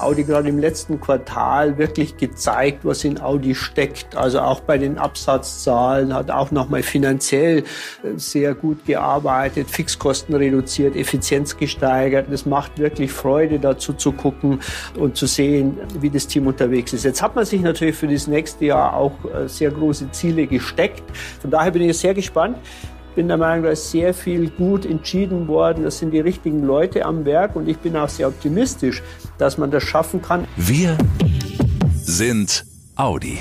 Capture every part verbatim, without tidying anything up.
Audi gerade im letzten Quartal wirklich gezeigt, was in Audi steckt. Also auch bei den Absatzzahlen hat auch nochmal finanziell sehr gut gearbeitet, Fixkosten reduziert, Effizienz gesteigert. Es macht wirklich Freude, dazu zu gucken und zu sehen, wie das Team unterwegs ist. Jetzt hat man sich natürlich für das nächste Jahr auch sehr große Ziele gesteckt. Von daher bin ich sehr gespannt. Ich bin der Meinung, da ist sehr viel gut entschieden worden. Das sind die richtigen Leute am Werk und ich bin auch sehr optimistisch, dass man das schaffen kann. Wir sind Audi.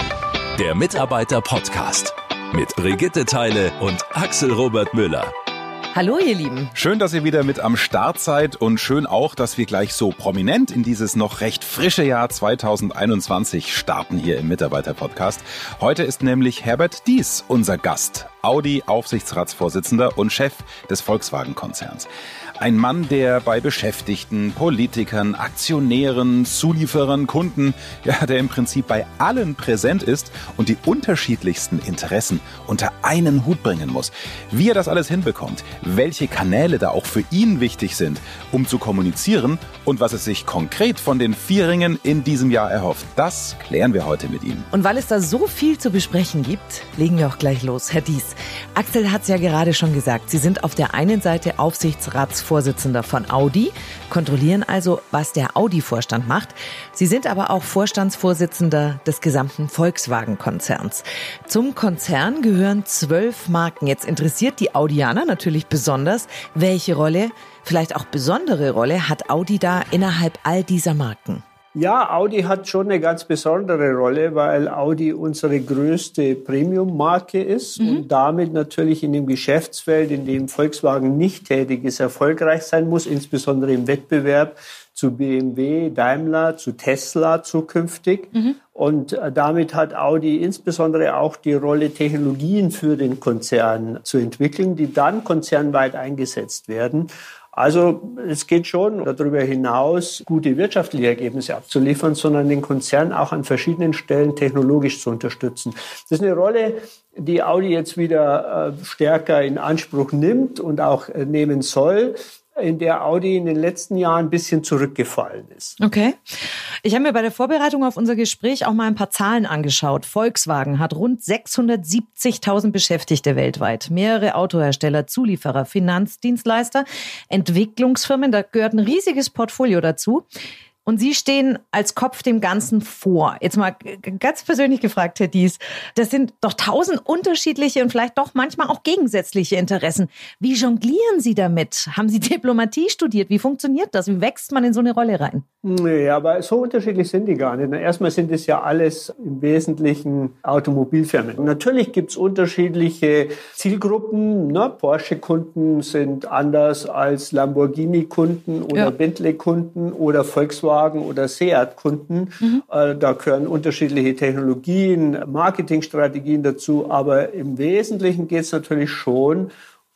Der Mitarbeiter-Podcast mit Brigitte Theile und Axel Robert Müller. Hallo ihr Lieben. Schön, dass ihr wieder mit am Start seid und schön auch, dass wir gleich so prominent in dieses noch recht frische Jahr zwanzig einundzwanzig starten hier im Mitarbeiter-Podcast. Heute ist nämlich Herbert Diess unser Gast, Audi-Aufsichtsratsvorsitzender und Chef des Volkswagen-Konzerns. Ein Mann, der bei Beschäftigten, Politikern, Aktionären, Zulieferern, Kunden, ja, der im Prinzip bei allen präsent ist und die unterschiedlichsten Interessen unter einen Hut bringen muss. Wie er das alles hinbekommt, welche Kanäle da auch für ihn wichtig sind, um zu kommunizieren und was es sich konkret von den Vierringen in diesem Jahr erhofft, das klären wir heute mit ihm. Und weil es da so viel zu besprechen gibt, legen wir auch gleich los. Herr Diess, Axel hat es ja gerade schon gesagt, Sie sind auf der einen Seite Aufsichtsratsvorsitzender von Audi, kontrollieren also, was der Audi-Vorstand macht. Sie sind aber auch Vorstandsvorsitzender des gesamten Volkswagen-Konzerns. Zum Konzern gehören zwölf Marken. Jetzt interessiert die Audianer natürlich besonders, welche Rolle, vielleicht auch besondere Rolle, hat Audi da innerhalb all dieser Marken? Ja, Audi hat schon eine ganz besondere Rolle, weil Audi unsere größte Premium-Marke ist mhm. und damit natürlich in dem Geschäftsfeld, in dem Volkswagen nicht tätig ist, erfolgreich sein muss, insbesondere im Wettbewerb zu B M W, Daimler, zu Tesla zukünftig. Mhm. Und damit hat Audi insbesondere auch die Rolle, Technologien für den Konzern zu entwickeln, die dann konzernweit eingesetzt werden. Also es geht schon darüber hinaus, gute wirtschaftliche Ergebnisse abzuliefern, sondern den Konzern auch an verschiedenen Stellen technologisch zu unterstützen. Das ist eine Rolle, die Audi jetzt wieder stärker in Anspruch nimmt und auch nehmen soll, in der Audi in den letzten Jahren ein bisschen zurückgefallen ist. Okay. Ich habe mir bei der Vorbereitung auf unser Gespräch auch mal ein paar Zahlen angeschaut. Volkswagen hat rund sechshundertsiebzigtausend Beschäftigte weltweit. Mehrere Autohersteller, Zulieferer, Finanzdienstleister, Entwicklungsfirmen, da gehört ein riesiges Portfolio dazu. Und Sie stehen als Kopf dem Ganzen vor. Jetzt mal ganz persönlich gefragt, Herr Diess, das sind doch tausend unterschiedliche und vielleicht doch manchmal auch gegensätzliche Interessen. Wie jonglieren Sie damit? Haben Sie Diplomatie studiert? Wie funktioniert das? Wie wächst man in so eine Rolle rein? Nee, aber so unterschiedlich sind die gar nicht. Erstmal sind es ja alles im Wesentlichen Automobilfirmen. Und natürlich gibt es unterschiedliche Zielgruppen. Ne? Porsche-Kunden sind anders als Lamborghini-Kunden oder ja. Bentley-Kunden oder Volkswagen oder Seat-Kunden. Mhm. Da gehören unterschiedliche Technologien, Marketingstrategien dazu. Aber im Wesentlichen geht es natürlich schon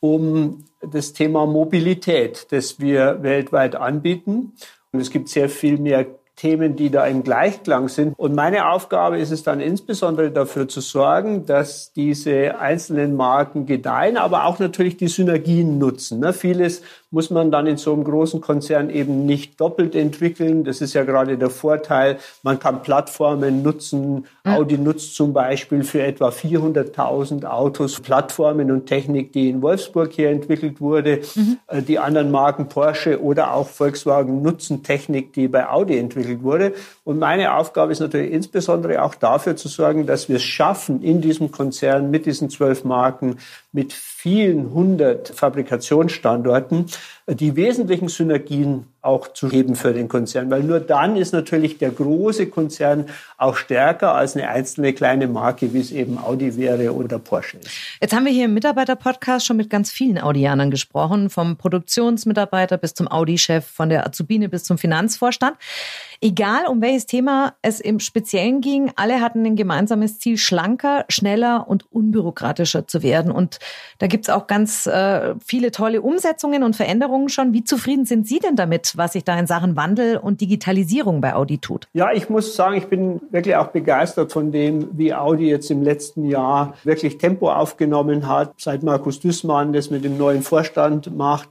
um das Thema Mobilität, das wir weltweit anbieten. Und es gibt sehr viel mehr Themen, die da im Gleichklang sind. Und meine Aufgabe ist es dann insbesondere dafür zu sorgen, dass diese einzelnen Marken gedeihen, aber auch natürlich die Synergien nutzen. Ne? Vieles muss man dann in so einem großen Konzern eben nicht doppelt entwickeln. Das ist ja gerade der Vorteil. Man kann Plattformen nutzen. Mhm. Audi nutzt zum Beispiel für etwa vierhunderttausend Autos Plattformen und Technik, die in Wolfsburg hier entwickelt wurde. Mhm. Die anderen Marken Porsche oder auch Volkswagen nutzen Technik, die bei Audi entwickelt wurde. Und meine Aufgabe ist natürlich insbesondere auch dafür zu sorgen, dass wir es schaffen, in diesem Konzern mit diesen zwölf Marken, mit vielen hundert Fabrikationsstandorten, die wesentlichen Synergien auch zu heben für den Konzern. Weil nur dann ist natürlich der große Konzern auch stärker als eine einzelne kleine Marke, wie es eben Audi wäre oder Porsche ist. Jetzt haben wir hier im Mitarbeiter-Podcast schon mit ganz vielen Audianern gesprochen, vom Produktionsmitarbeiter bis zum Audi-Chef, von der Azubine bis zum Finanzvorstand. Egal, um welches Thema es im Speziellen ging, alle hatten ein gemeinsames Ziel, schlanker, schneller und unbürokratischer zu werden. Und da gibt es auch ganz äh, viele tolle Umsetzungen und Veränderungen schon. Wie zufrieden sind Sie denn damit, was sich da in Sachen Wandel und Digitalisierung bei Audi tut? Ja, ich muss sagen, ich bin wirklich auch begeistert von dem, wie Audi jetzt im letzten Jahr wirklich Tempo aufgenommen hat. Seit Markus Duesmann das mit dem neuen Vorstand macht,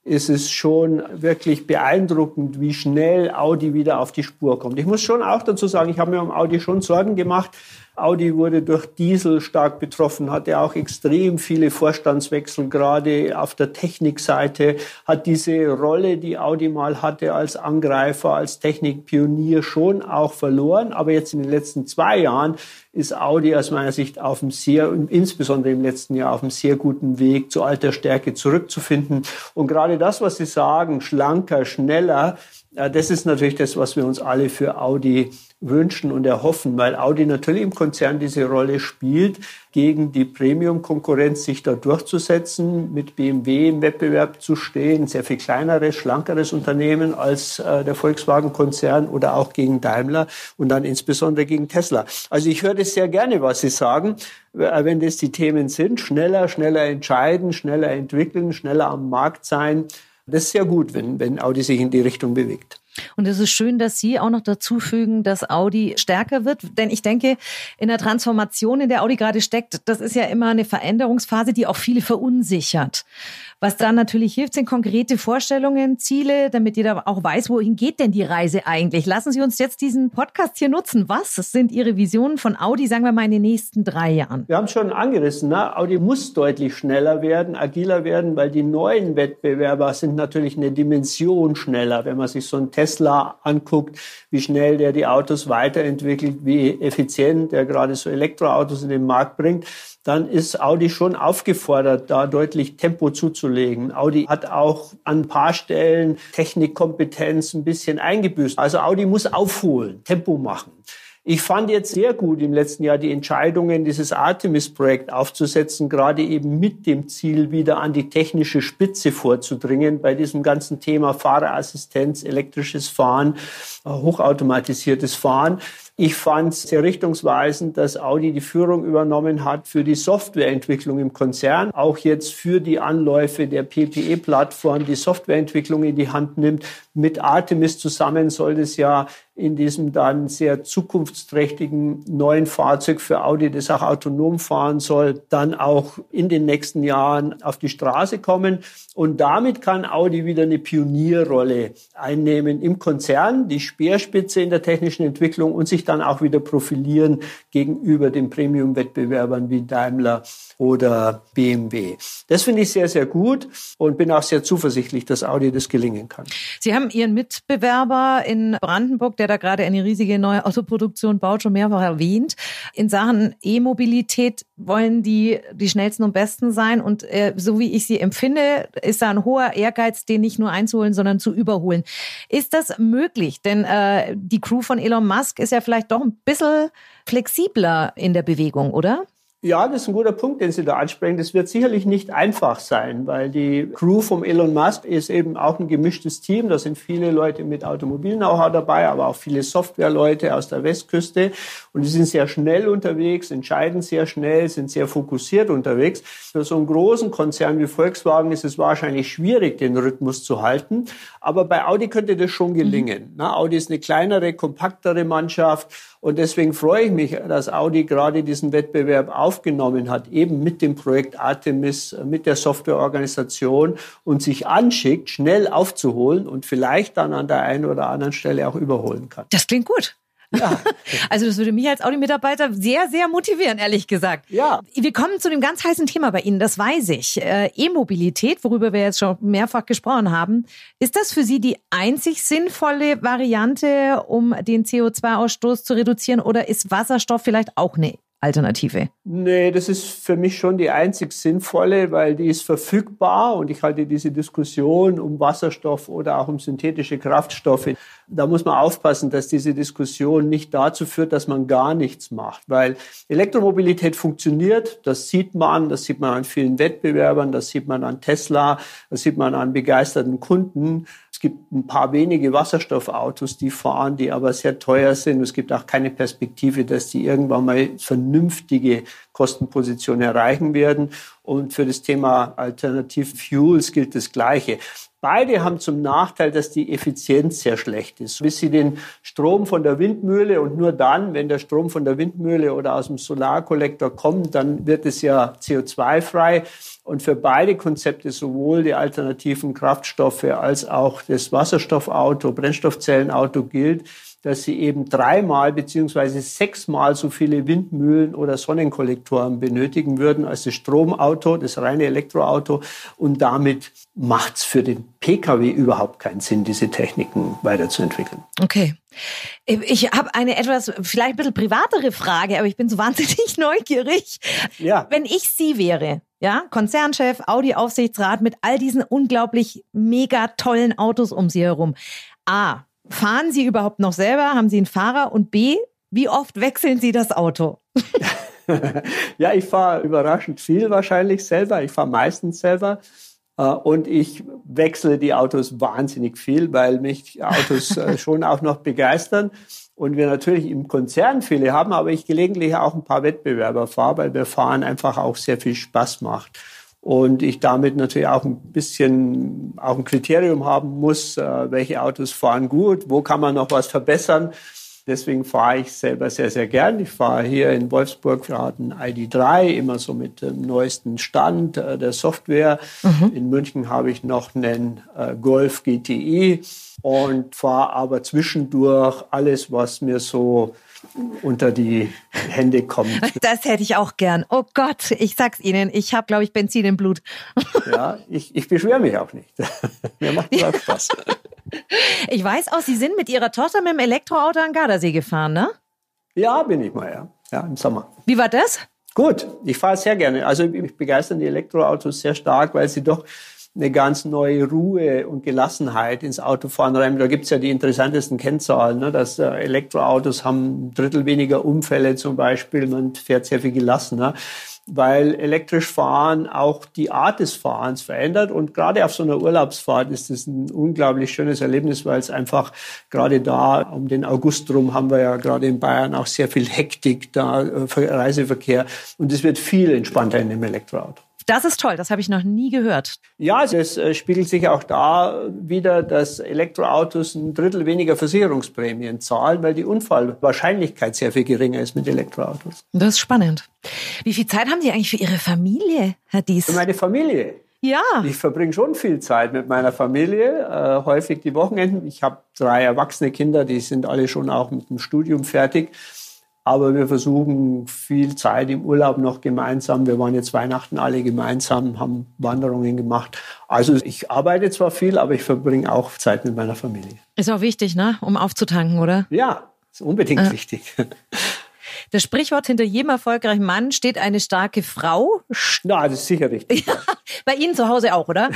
ist es schon wirklich beeindruckend, wie schnell Audi wieder auf die Spur kommt. Ich muss schon auch dazu sagen, ich habe mir um Audi schon Sorgen gemacht. Audi wurde durch Diesel stark betroffen, hatte auch extrem viele Vorstandswechsel, gerade auf der Technikseite, hat diese Rolle, die Audi mal hatte als Angreifer, als Technikpionier schon auch verloren. Aber jetzt in den letzten zwei Jahren ist Audi aus meiner Sicht auf einem sehr, insbesondere im letzten Jahr, auf einem sehr guten Weg, zu alter Stärke zurückzufinden. Und gerade das, was Sie sagen, schlanker, schneller, das ist natürlich das, was wir uns alle für Audi wünschen und erhoffen, weil Audi natürlich im Konzern diese Rolle spielt, gegen die Premium-Konkurrenz sich da durchzusetzen, mit B M W im Wettbewerb zu stehen, sehr viel kleineres, schlankeres Unternehmen als äh, der Volkswagen-Konzern oder auch gegen Daimler und dann insbesondere gegen Tesla. Also ich höre das sehr gerne, was Sie sagen, wenn das die Themen sind, schneller, schneller entscheiden, schneller entwickeln, schneller am Markt sein. Das ist sehr gut, wenn, wenn Audi sich in die Richtung bewegt. Und es ist schön, dass Sie auch noch dazu fügen, dass Audi stärker wird. Denn ich denke, in der Transformation, in der Audi gerade steckt, das ist ja immer eine Veränderungsphase, die auch viele verunsichert. Was dann natürlich hilft, sind konkrete Vorstellungen, Ziele, damit jeder auch weiß, wohin geht denn die Reise eigentlich. Lassen Sie uns jetzt diesen Podcast hier nutzen. Was sind Ihre Visionen von Audi, sagen wir mal, in den nächsten drei Jahren? Wir haben es schon angerissen, ne? Audi muss deutlich schneller werden, agiler werden, weil die neuen Wettbewerber sind natürlich eine Dimension schneller. Wenn man sich so einen Tesla anguckt, wie schnell der die Autos weiterentwickelt, wie effizient der gerade so Elektroautos in den Markt bringt, dann ist Audi schon aufgefordert, da deutlich Tempo zuzulegen. Audi hat auch an ein paar Stellen Technikkompetenz ein bisschen eingebüßt. Also Audi muss aufholen, Tempo machen. Ich fand jetzt sehr gut im letzten Jahr die Entscheidungen, dieses Artemis-Projekt aufzusetzen, gerade eben mit dem Ziel, wieder an die technische Spitze vorzudringen bei diesem ganzen Thema Fahrerassistenz, elektrisches Fahren, hochautomatisiertes Fahren. Ich fand es sehr richtungsweisend, dass Audi die Führung übernommen hat für die Softwareentwicklung im Konzern, auch jetzt für die Anläufe der P P E-Plattform die Softwareentwicklung in die Hand nimmt. Mit Artemis zusammen soll es ja in diesem dann sehr zukunftsträchtigen neuen Fahrzeug für Audi, das auch autonom fahren soll, dann auch in den nächsten Jahren auf die Straße kommen. Und damit kann Audi wieder eine Pionierrolle einnehmen im Konzern, die Speerspitze in der technischen Entwicklung und sich dann auch wieder profilieren gegenüber den Premium-Wettbewerbern wie Daimler oder B M W. Das finde ich sehr, sehr gut und bin auch sehr zuversichtlich, dass Audi das gelingen kann. Sie haben Ihren Mitbewerber in Brandenburg, der da gerade eine riesige neue Autoproduktion baut, schon mehrfach erwähnt. In Sachen E-Mobilität wollen die die schnellsten und besten sein. Und äh, so wie ich sie empfinde, ist da ein hoher Ehrgeiz, den nicht nur einzuholen, sondern zu überholen. Ist das möglich? Denn äh, die Crew von Elon Musk ist ja vielleicht doch ein bisschen flexibler in der Bewegung, oder? Ja, das ist ein guter Punkt, den Sie da ansprechen. Das wird sicherlich nicht einfach sein, weil die Crew vom Elon Musk ist eben auch ein gemischtes Team. Da sind viele Leute mit Automobil-Know-how dabei, aber auch viele Softwareleute aus der Westküste. Und die sind sehr schnell unterwegs, entscheiden sehr schnell, sind sehr fokussiert unterwegs. Für so einen großen Konzern wie Volkswagen ist es wahrscheinlich schwierig, den Rhythmus zu halten. Aber bei Audi könnte das schon gelingen. Mhm. Na, Audi ist eine kleinere, kompaktere Mannschaft. Und deswegen freue ich mich, dass Audi gerade diesen Wettbewerb aufgenommen hat, eben mit dem Projekt Artemis, mit der Softwareorganisation und sich anschickt, schnell aufzuholen und vielleicht dann an der einen oder anderen Stelle auch überholen kann. Das klingt gut. Ja. Also das würde mich als Audi-Mitarbeiter sehr, sehr motivieren, ehrlich gesagt. Ja. Wir kommen zu dem ganz heißen Thema bei Ihnen, das weiß ich. Äh, E-Mobilität, worüber wir jetzt schon mehrfach gesprochen haben. Ist das für Sie die einzig sinnvolle Variante, um den C O zwei Ausstoß zu reduzieren, oder ist Wasserstoff vielleicht auch eine Alternative? Nee, das ist für mich schon die einzig sinnvolle, weil die ist verfügbar und ich halte diese Diskussion um Wasserstoff oder auch um synthetische Kraftstoffe, da muss man aufpassen, dass diese Diskussion nicht dazu führt, dass man gar nichts macht, weil Elektromobilität funktioniert, das sieht man, das sieht man an vielen Wettbewerbern, das sieht man an Tesla, das sieht man an begeisterten Kunden. Es gibt ein paar wenige Wasserstoffautos, die fahren, die aber sehr teuer sind. Es gibt auch keine Perspektive, dass die irgendwann mal vernünftige Kostenposition erreichen werden. Und für das Thema Alternative Fuels gilt das Gleiche. Beide haben zum Nachteil, dass die Effizienz sehr schlecht ist. Bis sie den Strom von der Windmühle und nur dann, wenn der Strom von der Windmühle oder aus dem Solarkollektor kommt, dann wird es ja C O zwei frei. Und für beide Konzepte, sowohl die alternativen Kraftstoffe als auch das Wasserstoffauto, Brennstoffzellenauto gilt, dass sie eben dreimal beziehungsweise sechsmal so viele Windmühlen oder Sonnenkollektoren benötigen würden als das Stromauto, das reine Elektroauto. Und damit macht es für den Pkw überhaupt keinen Sinn, diese Techniken weiterzuentwickeln. Okay. Ich habe eine etwas, vielleicht ein bisschen privatere Frage, aber ich bin so wahnsinnig neugierig. Ja. Wenn ich Sie wäre, ja, Konzernchef, Audi-Aufsichtsrat mit all diesen unglaublich mega tollen Autos um Sie herum. A, fahren Sie überhaupt noch selber? Haben Sie einen Fahrer? Und B, wie oft wechseln Sie das Auto? Ja, ich fahre überraschend viel wahrscheinlich selber. Ich fahre meistens selber. Und ich wechsle die Autos wahnsinnig viel, weil mich Autos schon auch noch begeistern. Und wir natürlich im Konzern viele haben, aber ich gelegentlich auch ein paar Wettbewerber fahre, weil mir Fahren einfach auch sehr viel Spaß macht. Und ich damit natürlich auch ein bisschen auch ein Kriterium haben muss, welche Autos fahren gut, wo kann man noch was verbessern. Deswegen fahre ich selber sehr, sehr gern. Ich fahre hier in Wolfsburg gerade einen I D drei, immer so mit dem neuesten Stand der Software. Mhm. In München habe ich noch einen Golf G T I und fahre aber zwischendurch alles, was mir so unter die Hände kommt. Das hätte ich auch gern. Oh Gott, ich sag's Ihnen, ich habe, glaube ich, Benzin im Blut. Ja, ich, ich beschwere mich auch nicht. Mir macht es auch Spaß. Ich weiß auch, Sie sind mit Ihrer Tochter mit dem Elektroauto an Gardasee gefahren, ne? Ja, bin ich mal, ja. Ja, im Sommer. Wie war das? Gut, ich fahre sehr gerne. Also mich begeistern die Elektroautos sehr stark, weil sie doch eine ganz neue Ruhe und Gelassenheit ins Autofahren rein. Da gibt's ja die interessantesten Kennzahlen, ne? Dass äh, Elektroautos haben ein Drittel weniger Unfälle zum Beispiel. Man fährt sehr viel gelassener, weil elektrisch Fahren auch die Art des Fahrens verändert. Und gerade auf so einer Urlaubsfahrt ist es ein unglaublich schönes Erlebnis, weil es einfach gerade da um den August rum haben wir ja gerade in Bayern auch sehr viel Hektik da, äh, Reiseverkehr. Und es wird viel entspannter in dem Elektroauto. Das ist toll, das habe ich noch nie gehört. Ja, also es äh, spiegelt sich auch da wieder, dass Elektroautos ein Drittel weniger Versicherungsprämien zahlen, weil die Unfallwahrscheinlichkeit sehr viel geringer ist mit Elektroautos. Das ist spannend. Wie viel Zeit haben Sie eigentlich für Ihre Familie, Herr Dies? Für meine Familie? Ja. Ich verbringe schon viel Zeit mit meiner Familie, äh, häufig die Wochenenden. Ich habe drei erwachsene Kinder, die sind alle schon auch mit dem Studium fertig. Aber wir versuchen viel Zeit im Urlaub noch gemeinsam. Wir waren jetzt Weihnachten alle gemeinsam, haben Wanderungen gemacht. Also ich arbeite zwar viel, aber ich verbringe auch Zeit mit meiner Familie. Ist auch wichtig, ne? Um aufzutanken, oder? Ja, ist unbedingt äh. wichtig. Das Sprichwort, hinter jedem erfolgreichen Mann steht eine starke Frau. Na, das ist sicher richtig. Ja, bei Ihnen zu Hause auch, oder?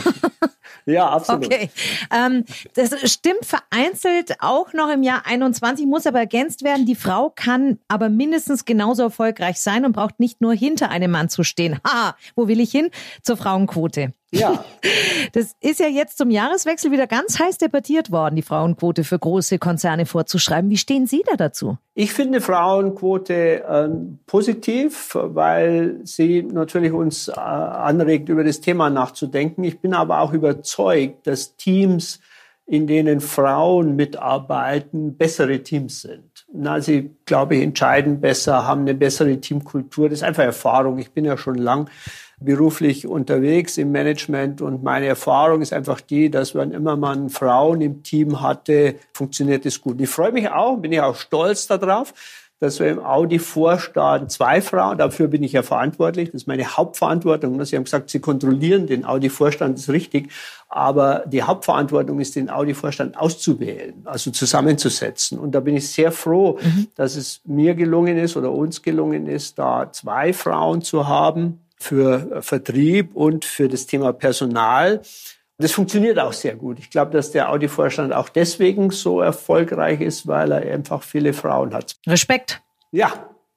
Ja, absolut. Okay, ähm, das stimmt vereinzelt auch noch im Jahr einundzwanzig, muss aber ergänzt werden. Die Frau kann aber mindestens genauso erfolgreich sein und braucht nicht nur hinter einem Mann zu stehen. Haha, wo will ich hin? Zur Frauenquote. Ja. Das ist ja jetzt zum Jahreswechsel wieder ganz heiß debattiert worden, die Frauenquote für große Konzerne vorzuschreiben. Wie stehen Sie da dazu? Ich finde Frauenquote äh, positiv, weil sie natürlich uns äh, anregt, über das Thema nachzudenken. Ich bin aber auch überzeugt, dass Teams, in denen Frauen mitarbeiten, bessere Teams sind. Na, sie, glaube ich, entscheiden besser, haben eine bessere Teamkultur. Das ist einfach Erfahrung. Ich bin ja schon lang beruflich unterwegs im Management und meine Erfahrung ist einfach die, dass wenn immer man Frauen im Team hatte, funktioniert es gut. Ich freue mich auch, bin ja auch stolz darauf, dass wir im Audi-Vorstand zwei Frauen, dafür bin ich ja verantwortlich, das ist meine Hauptverantwortung. Sie haben gesagt, Sie kontrollieren den Audi-Vorstand, das ist richtig, aber die Hauptverantwortung ist, den Audi-Vorstand auszuwählen, also zusammenzusetzen. Und da bin ich sehr froh, mhm. dass es mir gelungen ist oder uns gelungen ist, da zwei Frauen zu haben für Vertrieb und für das Thema Personal. Das funktioniert auch sehr gut. Ich glaube, dass der Audi-Vorstand auch deswegen so erfolgreich ist, weil er einfach viele Frauen hat. Respekt. Ja.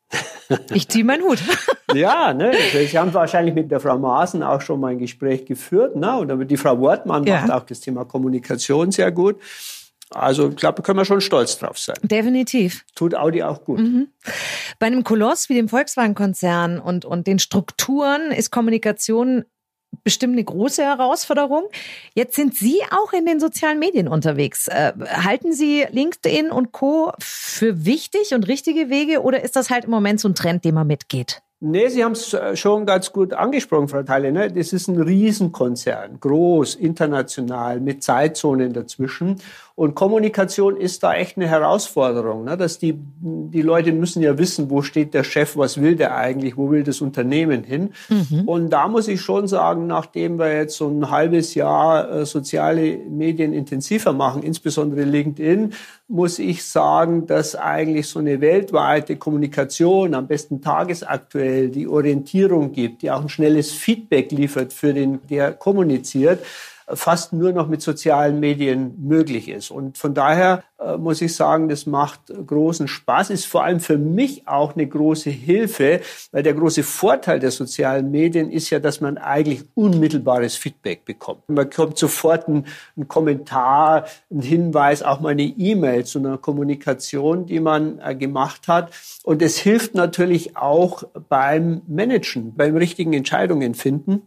Ich ziehe meinen Hut. Ja, ne? Sie haben wahrscheinlich mit der Frau Maaßen auch schon mal ein Gespräch geführt, ne? Und die Frau Wortmann ja. macht auch das Thema Kommunikation sehr gut. Also ich glaube, da können wir schon stolz drauf sein. Definitiv. Tut Audi auch gut. Mhm. Bei einem Koloss wie dem Volkswagen-Konzern und, und den Strukturen ist Kommunikation bestimmt eine große Herausforderung. Jetzt sind Sie auch in den sozialen Medien unterwegs. Äh, halten Sie LinkedIn und Co. für wichtig und richtige Wege oder ist das halt im Moment so ein Trend, den man mitgeht? Nee, Sie haben es schon ganz gut angesprochen, Frau Theile. Ne? Das ist ein Riesenkonzern, groß, international, mit Zeitzonen dazwischen. Und Kommunikation ist da echt eine Herausforderung. Ne? Dass die, die Leute müssen ja wissen, wo steht der Chef, was will der eigentlich, wo will das Unternehmen hin. Mhm. Und da muss ich schon sagen, nachdem wir jetzt so ein halbes Jahr äh, soziale Medien intensiver machen, insbesondere LinkedIn, muss ich sagen, dass eigentlich so eine weltweite Kommunikation, am besten tagesaktuell, die Orientierung gibt, die auch ein schnelles Feedback liefert für den, der kommuniziert, fast nur noch mit sozialen Medien möglich ist. Und von daher äh, muss ich sagen, das macht großen Spaß, ist vor allem für mich auch eine große Hilfe, weil der große Vorteil der sozialen Medien ist ja, dass man eigentlich unmittelbares Feedback bekommt. Man bekommt sofort einen, einen Kommentar, einen Hinweis, auch mal eine E-Mail zu einer Kommunikation, die man äh, gemacht hat. Und es hilft natürlich auch beim Managen, beim richtigen Entscheidungen finden.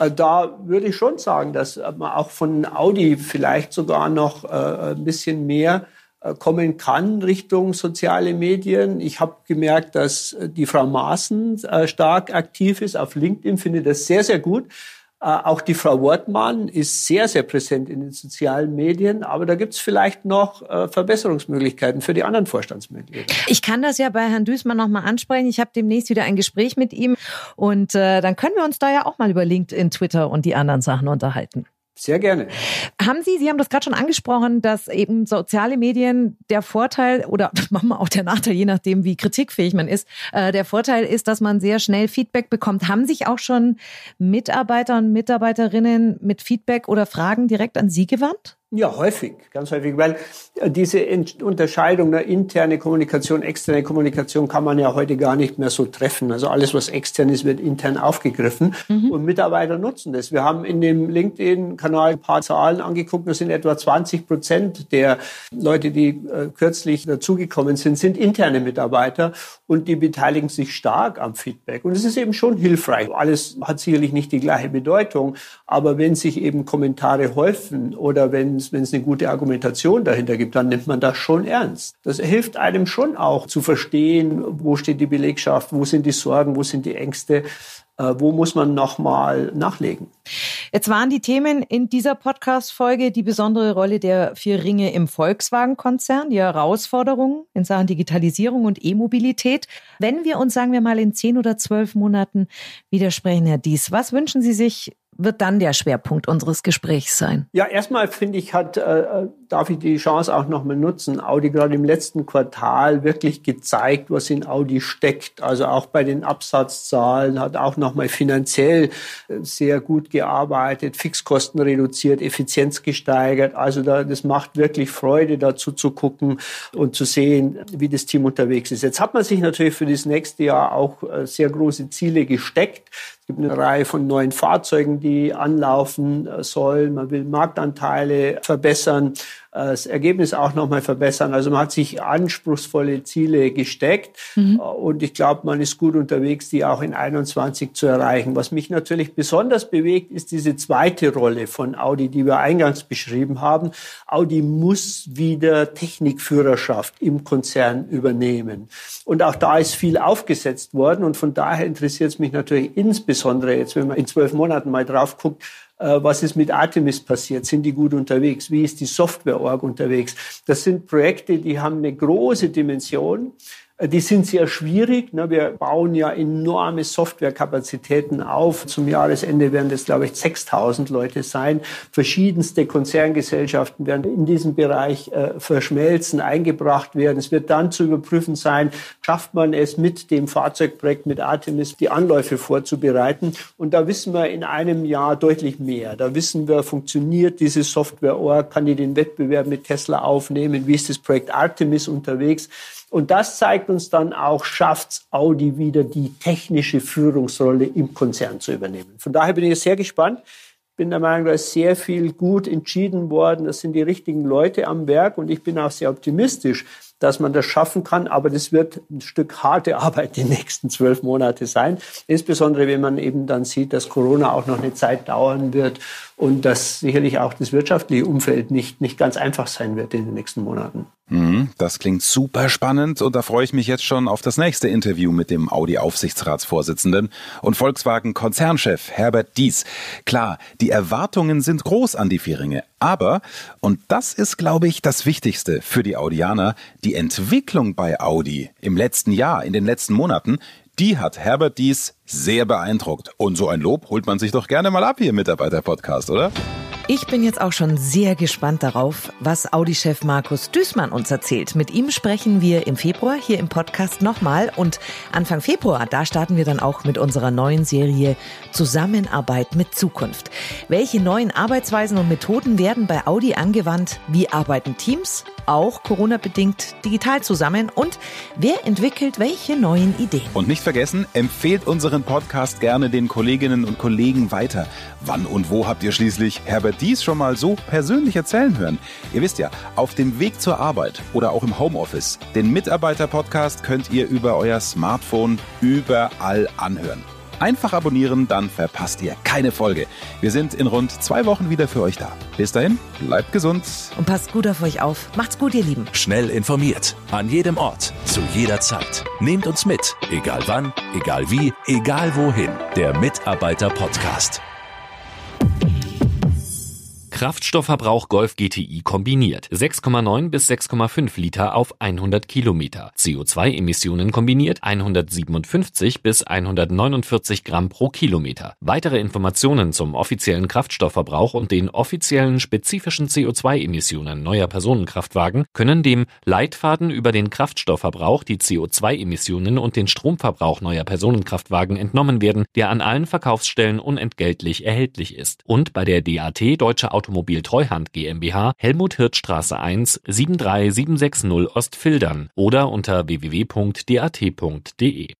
Da würde ich schon sagen, dass man auch von Audi vielleicht sogar noch äh, ein bisschen mehr äh, kommen kann Richtung soziale Medien. Ich habe gemerkt, dass die Frau Maaßen äh, stark aktiv ist auf LinkedIn, finde das sehr, sehr gut. Äh, auch die Frau Wortmann ist sehr, sehr präsent in den sozialen Medien. Aber da gibt es vielleicht noch äh, Verbesserungsmöglichkeiten für die anderen Vorstandsmitglieder. Ich kann das ja bei Herrn Duesmann noch mal ansprechen. Ich habe demnächst wieder ein Gespräch mit ihm. Und äh, dann können wir uns da ja auch mal über LinkedIn, Twitter und die anderen Sachen unterhalten. Sehr gerne. Haben Sie, Sie haben das gerade schon angesprochen, dass eben soziale Medien der Vorteil oder manchmal auch der Nachteil, je nachdem wie kritikfähig man ist, äh, der Vorteil ist, dass man sehr schnell Feedback bekommt. Haben sich auch schon Mitarbeiter und Mitarbeiterinnen mit Feedback oder Fragen direkt an Sie gewandt? Ja, häufig, ganz häufig, weil diese Unterscheidung, ne, interne Kommunikation, externe Kommunikation kann man ja heute gar nicht mehr so treffen. Also alles, was extern ist, wird intern aufgegriffen mhm. und Mitarbeiter nutzen das. Wir haben in dem LinkedIn-Kanal ein paar Zahlen angeguckt. Das sind etwa zwanzig Prozent der Leute, die äh, kürzlich dazugekommen sind, sind interne Mitarbeiter und die beteiligen sich stark am Feedback. Und es ist eben schon hilfreich. Alles hat sicherlich nicht die gleiche Bedeutung, aber wenn sich eben Kommentare häufen oder wenn wenn es eine gute Argumentation dahinter gibt, dann nimmt man das schon ernst. Das hilft einem schon auch zu verstehen, wo steht die Belegschaft, wo sind die Sorgen, wo sind die Ängste, äh, wo muss man nochmal nachlegen. Jetzt waren die Themen in dieser Podcast-Folge die besondere Rolle der vier Ringe im Volkswagen-Konzern, die Herausforderungen in Sachen Digitalisierung und E-Mobilität. Wenn wir uns, sagen wir mal, in zehn oder zwölf Monaten widersprechen, Herr Dies, was wünschen Sie sich, wird dann der Schwerpunkt unseres Gesprächs sein? Ja, erstmal finde ich, hat, äh, darf ich die Chance auch nochmal nutzen. Audi gerade im letzten Quartal wirklich gezeigt, was in Audi steckt. Also auch bei den Absatzzahlen hat auch nochmal finanziell sehr gut gearbeitet, Fixkosten reduziert, Effizienz gesteigert. Also da, das macht wirklich Freude, dazu zu gucken und zu sehen, wie das Team unterwegs ist. Jetzt hat man sich natürlich für das nächste Jahr auch sehr große Ziele gesteckt. Es gibt eine Reihe von neuen Fahrzeugen, die anlaufen sollen. Man will Marktanteile verbessern, das Ergebnis auch nochmal verbessern. Also man hat sich anspruchsvolle Ziele gesteckt. Mhm. Und ich glaube, man ist gut unterwegs, die auch in einundzwanzig zu erreichen. Was mich natürlich besonders bewegt, ist diese zweite Rolle von Audi, die wir eingangs beschrieben haben. Audi muss wieder Technikführerschaft im Konzern übernehmen. Und auch da ist viel aufgesetzt worden. Und von daher interessiert es mich natürlich insbesondere jetzt, wenn man in zwölf Monaten mal drauf guckt, was ist mit Artemis passiert? Sind die gut unterwegs? Wie ist die Software-Org unterwegs? Das sind Projekte, die haben eine große Dimension. Die sind sehr schwierig. Wir bauen ja enorme Softwarekapazitäten auf. Zum Jahresende werden das, glaube ich, sechstausend Leute sein. Verschiedenste Konzerngesellschaften werden in diesem Bereich verschmelzen, eingebracht werden. Es wird dann zu überprüfen sein, schafft man es mit dem Fahrzeugprojekt, mit Artemis, die Anläufe vorzubereiten. Und da wissen wir in einem Jahr deutlich mehr. Da wissen wir, funktioniert diese Software-Org, kann die den Wettbewerb mit Tesla aufnehmen, wie ist das Projekt Artemis unterwegs? Und das zeigt uns dann auch, schafft Audi wieder die technische Führungsrolle im Konzern zu übernehmen. Von daher bin ich sehr gespannt. bin der Meinung, da ist sehr viel gut entschieden worden. Das sind die richtigen Leute am Werk und ich bin auch sehr optimistisch, dass man das schaffen kann. Aber das wird ein Stück harte Arbeit die nächsten zwölf Monate sein. Insbesondere, wenn man eben dann sieht, dass Corona auch noch eine Zeit dauern wird und dass sicherlich auch das wirtschaftliche Umfeld nicht, nicht ganz einfach sein wird in den nächsten Monaten. Das klingt super spannend und da freue ich mich jetzt schon auf das nächste Interview mit dem Audi-Aufsichtsratsvorsitzenden und Volkswagen-Konzernchef Herbert Diess. Klar, die Erwartungen sind groß an die Vierringe, aber, und das ist, glaube ich, das Wichtigste für die Audianer, die Entwicklung bei Audi im letzten Jahr, in den letzten Monaten, die hat Herbert Diess sehr beeindruckt. Und so ein Lob holt man sich doch gerne mal ab hier im Mitarbeiter-Podcast, oder? Ich bin jetzt auch schon sehr gespannt darauf, was Audi-Chef Markus Düßmann uns erzählt. Mit ihm sprechen wir im Februar hier im Podcast nochmal. Und Anfang Februar, da starten wir dann auch mit unserer neuen Serie Zusammenarbeit mit Zukunft. Welche neuen Arbeitsweisen und Methoden werden bei Audi angewandt? Wie arbeiten Teams, auch Corona-bedingt, digital zusammen? Und wer entwickelt welche neuen Ideen? Und nicht vergessen, empfehlt unseren Podcast gerne den Kolleginnen und Kollegen weiter. Wann und wo habt ihr schließlich Herbert Diess schon mal so persönlich erzählen hören? Ihr wisst ja, auf dem Weg zur Arbeit oder auch im Homeoffice, den Mitarbeiter-Podcast könnt ihr über euer Smartphone überall anhören. Einfach abonnieren, dann verpasst ihr keine Folge. Wir sind in rund zwei Wochen wieder für euch da. Bis dahin, bleibt gesund. Und passt gut auf euch auf. Macht's gut, ihr Lieben. Schnell informiert, an jedem Ort, zu jeder Zeit. Nehmt uns mit, egal wann, egal wie, egal wohin. Der Mitarbeiter-Podcast. Kraftstoffverbrauch Golf G T I kombiniert. sechs Komma neun bis sechs Komma fünf Liter auf hundert Kilometer. C O zwei Emissionen kombiniert hundertsiebenundfünfzig bis hundertneunundvierzig Gramm pro Kilometer. Weitere Informationen zum offiziellen Kraftstoffverbrauch und den offiziellen spezifischen C O zwei Emissionen neuer Personenkraftwagen können dem Leitfaden über den Kraftstoffverbrauch, die C O zwei Emissionen und den Stromverbrauch neuer Personenkraftwagen entnommen werden, der an allen Verkaufsstellen unentgeltlich erhältlich ist. Und bei der D A T Deutsche Automobil Treuhand GmbH, Helmut-Hirth-Straße eins, sieben drei sieben sechs null Ostfildern oder unter w w w punkt d a t punkt d e.